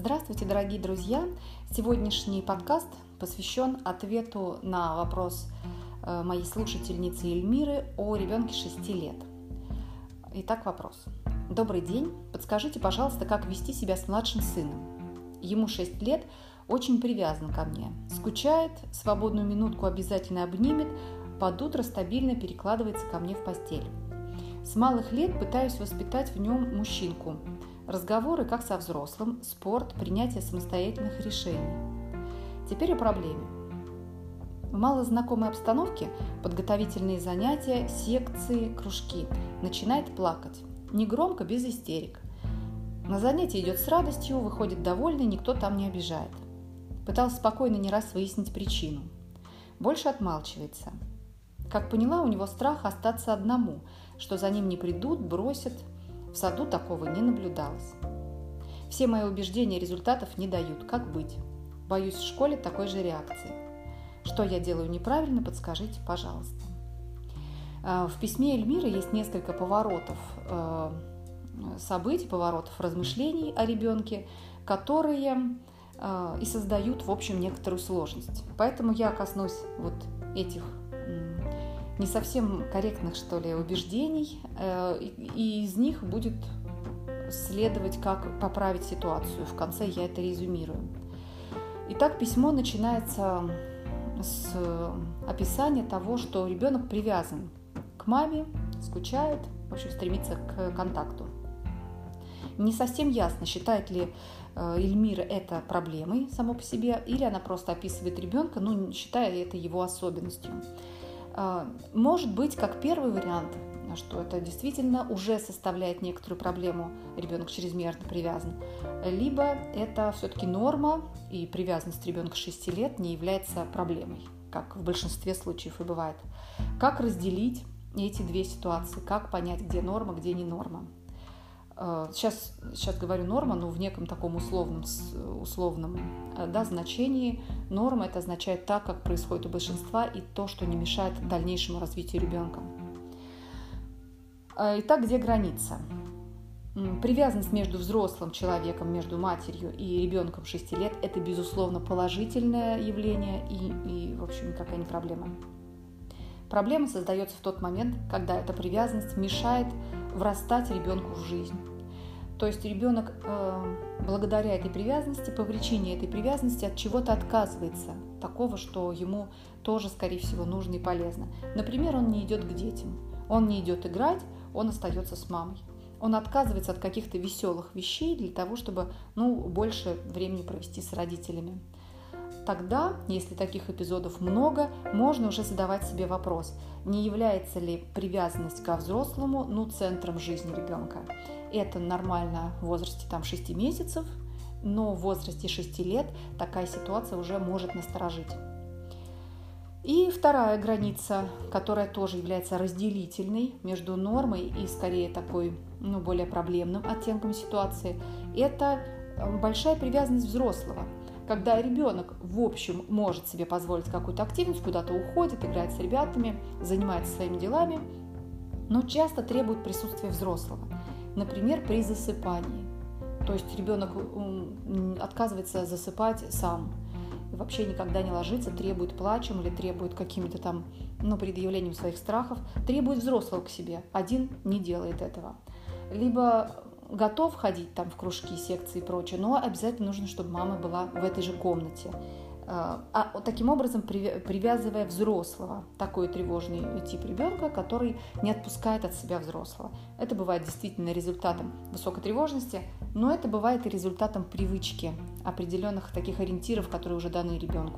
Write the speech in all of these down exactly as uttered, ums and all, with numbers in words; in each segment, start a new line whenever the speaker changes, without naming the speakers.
Здравствуйте, дорогие друзья! Сегодняшний подкаст посвящен ответу на вопрос моей слушательницы Эльмиры о ребенке шести лет. Итак, вопрос. Добрый день. Подскажите, пожалуйста, как вести себя с младшим сыном? Ему шесть лет, очень привязан ко мне. Скучает, свободную минутку обязательно обнимет, под утро стабильно перекладывается ко мне в постель. С малых лет пытаюсь воспитать в нем мужчинку. Разговоры как со взрослым, спорт, принятие самостоятельных решений. Теперь о проблеме. В малознакомой обстановке подготовительные занятия, секции, кружки. Начинает плакать. Негромко, без истерик. На занятие идет с радостью, выходит довольный, никто там не обижает. Пытался спокойно не раз выяснить причину. Больше отмалчивается. Как поняла, у него страх остаться одному, что за ним не придут, бросят. В саду такого не наблюдалось. Все мои убеждения результатов не дают. Как быть? Боюсь в школе такой же реакции. Что я делаю неправильно, подскажите, пожалуйста. В письме Эльмиры есть несколько поворотов событий, поворотов размышлений о ребенке, которые и создают, в общем, некоторую сложность. Поэтому я коснусь вот этих не совсем корректных, что ли, убеждений, и из них будет следовать, как поправить ситуацию. В конце я это резюмирую. Итак, письмо начинается с описания того, что ребенок привязан к маме, скучает, в общем, стремится к контакту. Не совсем ясно, считает ли Эльмира это проблемой само по себе, или она просто описывает ребенка, но считая это его особенностью. Может быть, как первый вариант, что это действительно уже составляет некоторую проблему, ребенок чрезмерно привязан, либо это все-таки норма, и привязанность ребенка шести лет не является проблемой, как в большинстве случаев и бывает. Как разделить эти две ситуации, как понять, где норма, где не норма? Сейчас, сейчас говорю норма, но в неком таком условном, условном да, значении. Норма – это означает так, как происходит у большинства, и то, что не мешает дальнейшему развитию ребенка. Итак, где граница? Привязанность между взрослым человеком, между матерью и ребенком шести лет – это, безусловно, положительное явление и, и, в общем, никакая не проблема. Проблема создается в тот момент, когда эта привязанность мешает врастать ребенку в жизнь. То есть ребенок э, благодаря этой привязанности, по причине этой привязанности от чего-то отказывается, такого, что ему тоже, скорее всего, нужно и полезно. Например, он не идет к детям, он не идет играть, он остается с мамой. Он отказывается от каких-то веселых вещей для того, чтобы ну, больше времени провести с родителями. Тогда, если таких эпизодов много, можно уже задавать себе вопрос, не является ли привязанность ко взрослому ну, центром жизни ребенка. Это нормально в возрасте там, шести месяцев, но в возрасте шести лет такая ситуация уже может насторожить. И вторая граница, которая тоже является разделительной между нормой и скорее такой ну, более проблемным оттенком ситуации, это большая привязанность взрослого. Когда ребенок, в общем, может себе позволить какую-то активность, куда-то уходит, играет с ребятами, занимается своими делами, но часто требует присутствия взрослого. Например, при засыпании. То есть ребенок отказывается засыпать сам, вообще никогда не ложится, требует плачем или требует какими-то там, ну, предъявлением своих страхов, требует взрослого к себе, один не делает этого. Либо готов ходить там в кружки, секции и прочее, но обязательно нужно, чтобы мама была в этой же комнате. А таким образом, привязывая взрослого, такой тревожный тип ребенка, который не отпускает от себя взрослого. Это бывает действительно результатом высокой тревожности, но это бывает и результатом привычки, определенных таких ориентиров, которые уже даны ребенку.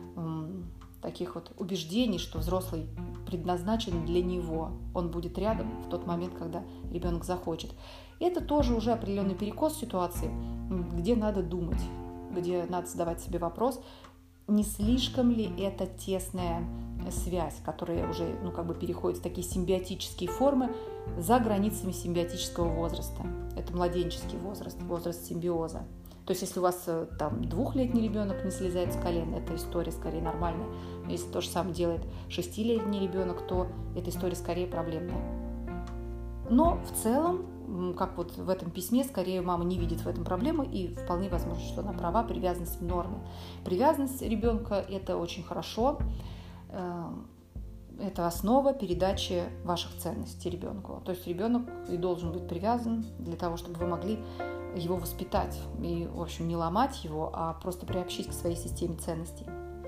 Таких вот убеждений, что взрослый предназначен для него. Он будет рядом в тот момент, когда ребенок захочет. И это тоже уже определенный перекос ситуации, где надо думать, где надо задавать себе вопрос, не слишком ли это тесная связь, которая уже ну, как бы переходит в такие симбиотические формы за границами симбиотического возраста. Это младенческий возраст, возраст симбиоза. То есть, если у вас там двухлетний ребенок не слезает с колен, эта история скорее нормальная. Но если то же самое делает шестилетний ребенок, то эта история скорее проблемная. Но в целом, как вот в этом письме, скорее мама не видит в этом проблемы, и вполне возможно, что она права, привязанность в норме. Привязанность ребенка – это очень хорошо, это основа передачи ваших ценностей ребенку. То есть ребенок и должен быть привязан для того, чтобы вы могли его воспитать и, в общем, не ломать его, а просто приобщить к своей системе ценностей.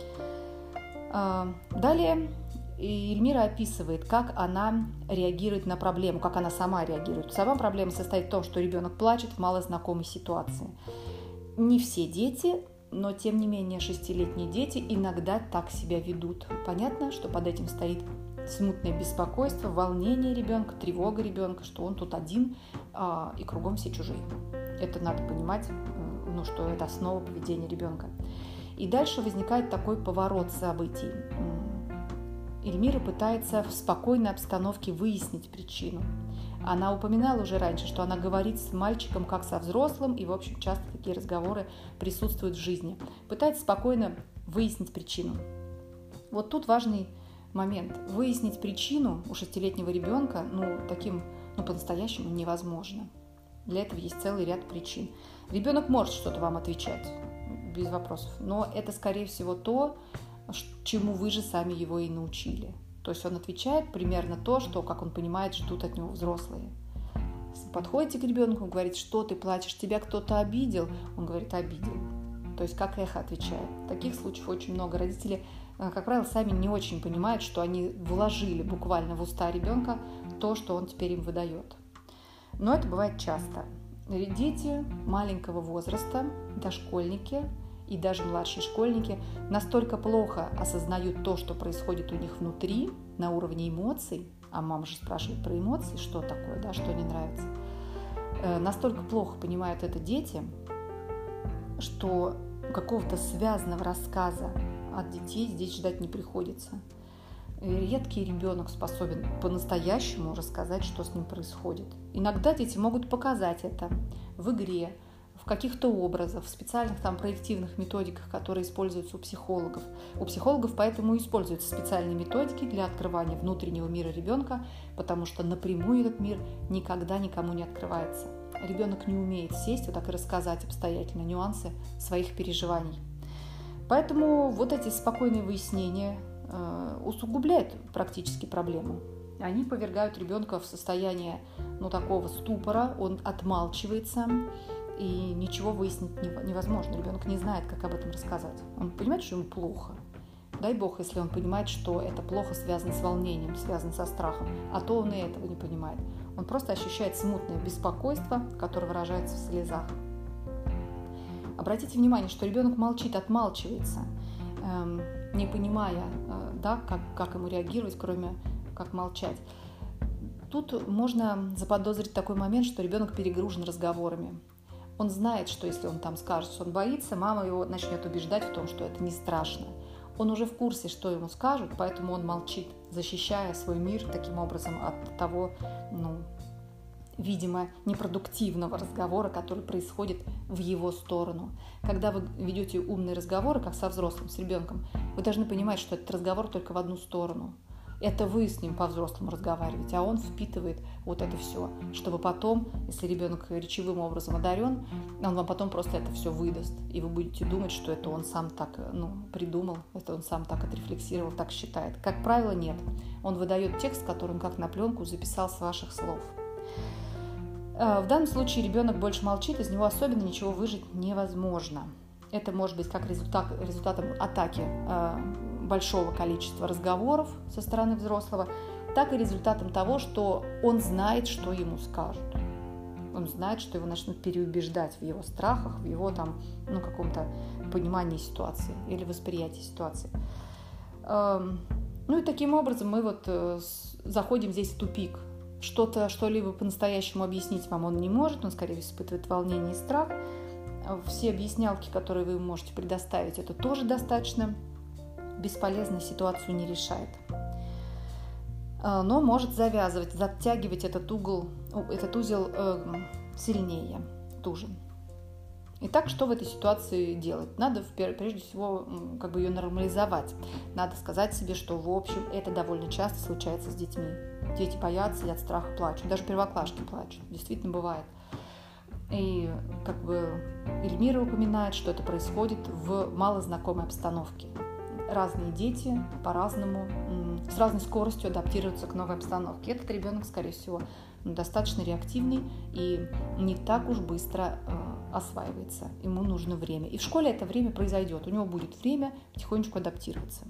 Далее Эльмира описывает, как она реагирует на проблему, как она сама реагирует. Сама проблема состоит в том, что ребенок плачет в малознакомой ситуации. Не все дети, но тем не менее шестилетние дети иногда так себя ведут. Понятно, что под этим стоит смутное беспокойство, волнение ребенка, тревога ребенка, что он тут один, а, и кругом все чужие. Это надо понимать, ну, что это основа поведения ребенка. И дальше возникает такой поворот событий. Эльмира пытается в спокойной обстановке выяснить причину. Она упоминала уже раньше, что она говорит с мальчиком как со взрослым, и, в общем, часто такие разговоры присутствуют в жизни. Пытается спокойно выяснить причину. Вот тут важный момент. Выяснить причину у шестилетнего ребенка, ну, таким, ну, по-настоящему невозможно. Для этого есть целый ряд причин. Ребенок может что-то вам отвечать, без вопросов, но это, скорее всего, то, чему вы же сами его и научили. То есть он отвечает примерно то, что, как он понимает, ждут от него взрослые. Если вы подходите к ребенку, говорите, что ты плачешь, тебя кто-то обидел, он говорит, обидел. То есть как эхо отвечает. Таких случаев очень много. Родители, как правило, сами не очень понимают, что они вложили буквально в уста ребенка то, что он теперь им выдает. Но это бывает часто. Дети маленького возраста, дошкольники и даже младшие школьники настолько плохо осознают то, что происходит у них внутри, на уровне эмоций, а мама же спрашивает про эмоции, что такое, да, что не нравится, настолько плохо понимают это дети, что какого-то связанного рассказа от детей здесь ждать не приходится. Редкий ребенок способен по-настоящему рассказать, что с ним происходит. Иногда дети могут показать это в игре, в каких-то образах, в специальных там проективных методиках, которые используются у психологов. У психологов поэтому используются специальные методики для открывания внутреннего мира ребенка, потому что напрямую этот мир никогда никому не открывается. Ребенок не умеет сесть вот так и рассказать обстоятельно нюансы своих переживаний. Поэтому вот эти спокойные выяснения э, усугубляют практически проблему. Они повергают ребенка в состояние, ну, такого ступора, он отмалчивается, и ничего выяснить невозможно. Ребенок не знает, как об этом рассказать. Он понимает, что ему плохо. Дай бог, если он понимает, что это плохо связано с волнением, связано со страхом. А то он и этого не понимает. Он просто ощущает смутное беспокойство, которое выражается в слезах. Обратите внимание, что ребенок молчит, отмалчивается, эм, не понимая, э, да, как, как ему реагировать, кроме как молчать. Тут можно заподозрить такой момент, что ребенок перегружен разговорами. Он знает, что если он там скажет, что он боится, мама его начнет убеждать в том, что это не страшно. Он уже в курсе, что ему скажут, поэтому он молчит, защищая свой мир таким образом от того, ну, видимо, непродуктивного разговора, который происходит в его сторону. Когда вы ведете умные разговоры, как со взрослым, с ребенком, вы должны понимать, что этот разговор только в одну сторону. Это вы с ним по-взрослому разговариваете, а он впитывает вот это все, чтобы потом, если ребенок речевым образом одарен, он вам потом просто это все выдаст, и вы будете думать, что это он сам так, ну, придумал, это он сам так отрефлексировал, так считает. Как правило, нет. Он выдает текст, который он как на пленку записал с ваших слов. В данном случае ребенок больше молчит, из него особенно ничего выжить невозможно. Это может быть как результат, результатом атаки большого количества разговоров со стороны взрослого, так и результатом того, что он знает, что ему скажут. Он знает, что его начнут переубеждать в его страхах, в его там, ну, каком-то понимании ситуации или восприятии ситуации. Ну и таким образом мы вот заходим здесь в тупик. Что-то, что-либо по-настоящему объяснить вам он не может, он скорее испытывает волнение и страх. Все объяснялки, которые вы можете предоставить, это тоже достаточно бесполезно, ситуацию не решает. Но может завязывать, затягивать этот угол, этот узел э, сильнее, туже. Итак, что в этой ситуации делать? Надо прежде всего как бы ее нормализовать. Надо сказать себе, что в общем это довольно часто случается с детьми. Дети боятся и от страха плачут. Даже первоклашки плачут. Действительно бывает. И как бы Эльмира упоминает, что это происходит в малознакомой обстановке. Разные дети по-разному, с разной скоростью адаптируются к новой обстановке. Этот ребенок, скорее всего, достаточно реактивный и не так уж быстро э, осваивается. Ему нужно время. И в школе это время произойдет. У него будет время потихонечку адаптироваться.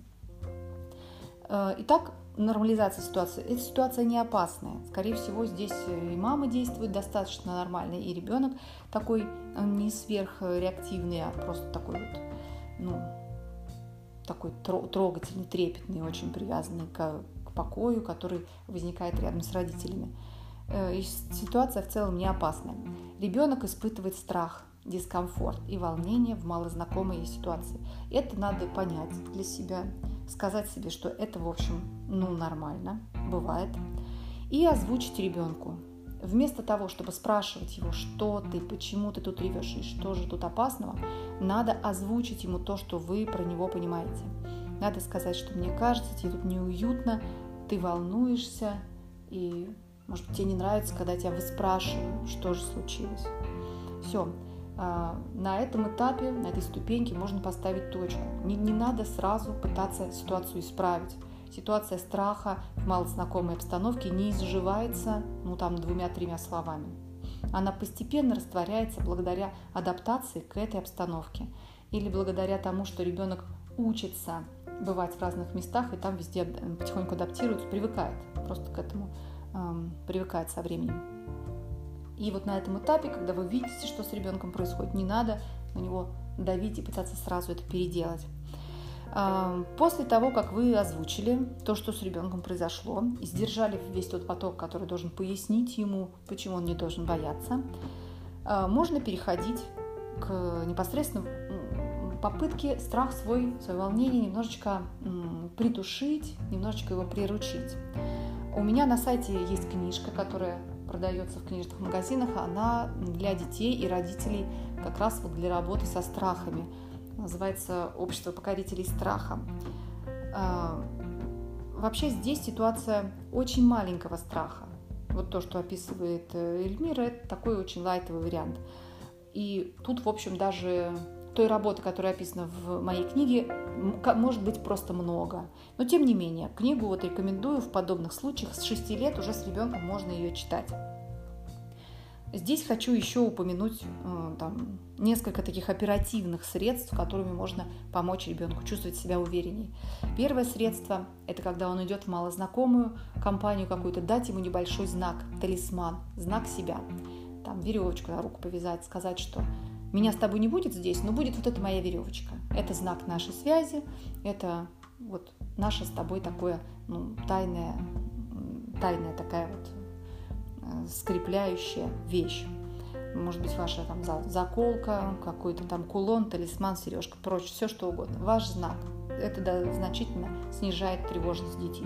Э, итак, нормализация ситуации. Эта ситуация не опасная. Скорее всего, здесь и мама действует достаточно нормально, и ребенок такой не сверхреактивный, а просто такой вот, ну, такой трогательный, трепетный, очень привязанный к, к покою, который возникает рядом с родителями. И ситуация в целом не опасная. Ребенок испытывает страх, дискомфорт и волнение в малознакомой ситуации. Это надо понять для себя, сказать себе, что это, в общем, ну, нормально, бывает, и озвучить ребенку. Вместо того, чтобы спрашивать его, что ты, почему ты тут ревешь и что же тут опасного, надо озвучить ему то, что вы про него понимаете. Надо сказать, что мне кажется, тебе тут неуютно, ты волнуешься, и, может быть, тебе не нравится, когда тебя выспрашивают, что же случилось. Все. На этом этапе, на этой ступеньке можно поставить точку. Не, не надо сразу пытаться ситуацию исправить. Ситуация страха в малознакомой обстановке не изживается, ну, там, двумя-тремя словами. Она постепенно растворяется благодаря адаптации к этой обстановке или благодаря тому, что ребенок учится бывать в разных местах и там везде потихоньку адаптируется, привыкает, просто к этому эм, привыкает со временем. И вот на этом этапе, когда вы видите, что с ребенком происходит, не надо на него давить и пытаться сразу это переделать. После того, как вы озвучили то, что с ребенком произошло, и сдержали весь тот поток, который должен пояснить ему, почему он не должен бояться, можно переходить к непосредственно попытке страх свой, свое волнение немножечко притушить, немножечко его приручить. У меня на сайте есть книжка, которая продается в книжных магазинах, она для детей и родителей как раз вот для работы со страхами. Называется «Общество покорителей страха». Вообще здесь ситуация очень маленького страха. Вот то, что описывает Эльмира, это такой очень лайтовый вариант. И тут, в общем, даже той работы, которая описана в моей книге, может быть просто много. Но, тем не менее, книгу вот рекомендую в подобных случаях. С шести лет уже с ребенком можно ее читать. Здесь хочу еще упомянуть э, там, несколько таких оперативных средств, которыми можно помочь ребенку чувствовать себя увереннее. Первое средство – это когда он идет в малознакомую компанию какую-то, дать ему небольшой знак, талисман, знак себя. Там веревочку на руку повязать, сказать, что меня с тобой не будет здесь, но будет вот эта моя веревочка. Это знак нашей связи, это вот наше с тобой такое, ну, тайная, тайная такая вот скрепляющая вещь. Может быть, ваша там заколка, какой-то там кулон, талисман, сережка, прочее, все что угодно. Ваш знак. Это да, значительно снижает тревожность детей.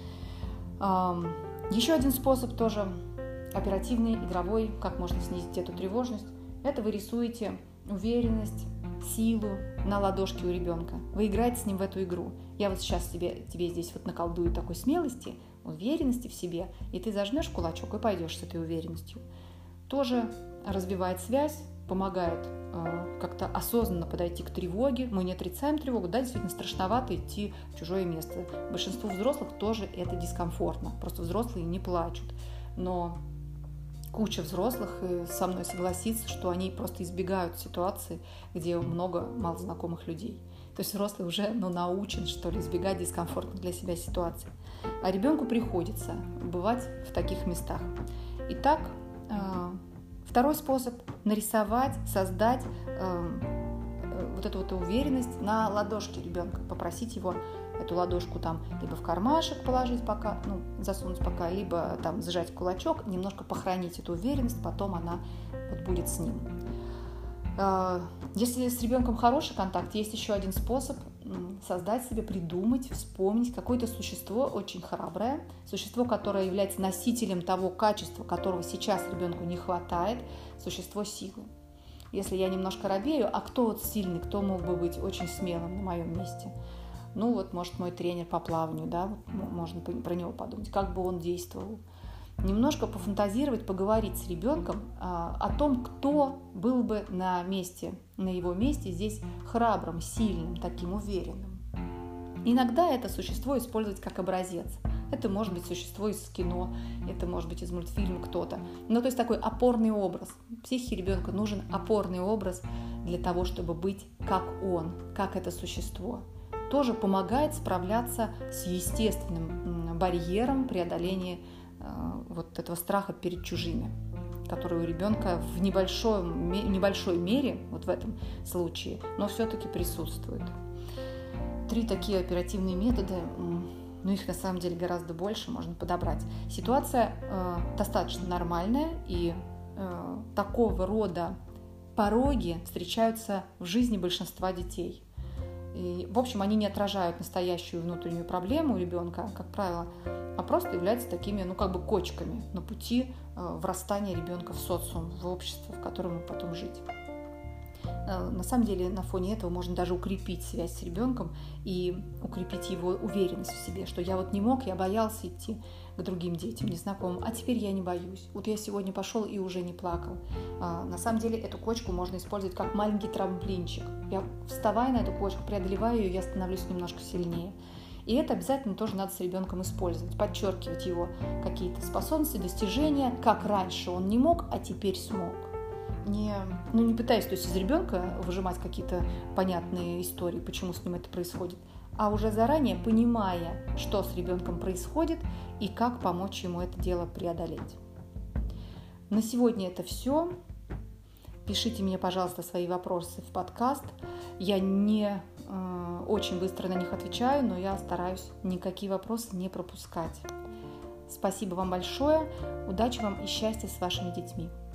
Еще один способ тоже оперативный, игровой, как можно снизить эту тревожность, это вы рисуете уверенность, силу на ладошке у ребенка. Вы играете с ним в эту игру. Я вот сейчас тебе, тебе здесь вот наколдую такой смелости, уверенности в себе, и ты зажмешь кулачок и пойдешь с этой уверенностью. Тоже развивает связь, помогает э, как-то осознанно подойти к тревоге. Мы не отрицаем тревогу, да, действительно страшновато идти в чужое место. Большинству взрослых тоже это дискомфортно, просто взрослые не плачут. Но куча взрослых со мной согласится, что они просто избегают ситуации, где много малознакомых людей. То есть взрослый уже ну, научен, что ли, избегать дискомфортных для себя ситуаций. А ребенку приходится бывать в таких местах. Итак, второй способ – нарисовать, создать вот эту вот уверенность на ладошке ребенка, попросить его эту ладошку там либо в кармашек положить пока, ну, засунуть пока, либо там сжать в кулачок, немножко похоронить эту уверенность, потом она вот будет с ним. Если с ребенком хороший контакт, есть еще один способ создать себе, придумать, вспомнить какое-то существо очень храброе, существо, которое является носителем того качества, которого сейчас ребенку не хватает, существо силы. Если я немножко робею, а кто вот сильный, кто мог бы быть очень смелым на моем месте? Ну вот, может, мой тренер по плаванию, да, вот, можно про него подумать, как бы он действовал. Немножко пофантазировать, поговорить с ребенком а, о том, кто был бы на месте, на его месте здесь храбрым, сильным, таким уверенным. Иногда это существо использовать как образец. Это может быть существо из кино, это может быть из мультфильма кто-то. Ну, то есть такой опорный образ. Психике ребенка нужен опорный образ для того, чтобы быть как он, как это существо. Тоже помогает справляться с естественным барьером преодоления э, вот этого страха перед чужими, который у ребенка в небольшой, небольшой мере, вот в этом случае, но все-таки присутствует. Три такие оперативные метода, но их на самом деле гораздо больше можно подобрать. Ситуация э, достаточно нормальная, и э, такого рода пороги встречаются в жизни большинства детей. И, в общем, они не отражают настоящую внутреннюю проблему у ребенка, как правило, а просто являются такими, ну, как бы кочками на пути э, врастания ребенка в социум, в общество, в котором ему потом жить. На самом деле, на фоне этого можно даже укрепить связь с ребенком и укрепить его уверенность в себе, что я вот не мог, я боялся идти к другим детям, незнакомым, а теперь я не боюсь. Вот я сегодня пошел и уже не плакал. На самом деле, эту кочку можно использовать как маленький трамплинчик. Я, вставая на эту кочку, преодолеваю ее, я становлюсь немножко сильнее. И это обязательно тоже надо с ребенком использовать, подчеркивать его какие-то способности, достижения, как раньше он не мог, а теперь смог. Не, ну, не пытаясь, то есть, из ребенка выжимать какие-то понятные истории, почему с ним это происходит, а уже заранее понимая, что с ребенком происходит и как помочь ему это дело преодолеть. На сегодня это все. Пишите мне, пожалуйста, свои вопросы в подкаст. Я не э, очень быстро на них отвечаю, но я стараюсь никакие вопросы не пропускать. Спасибо вам большое. Удачи вам и счастья с вашими детьми.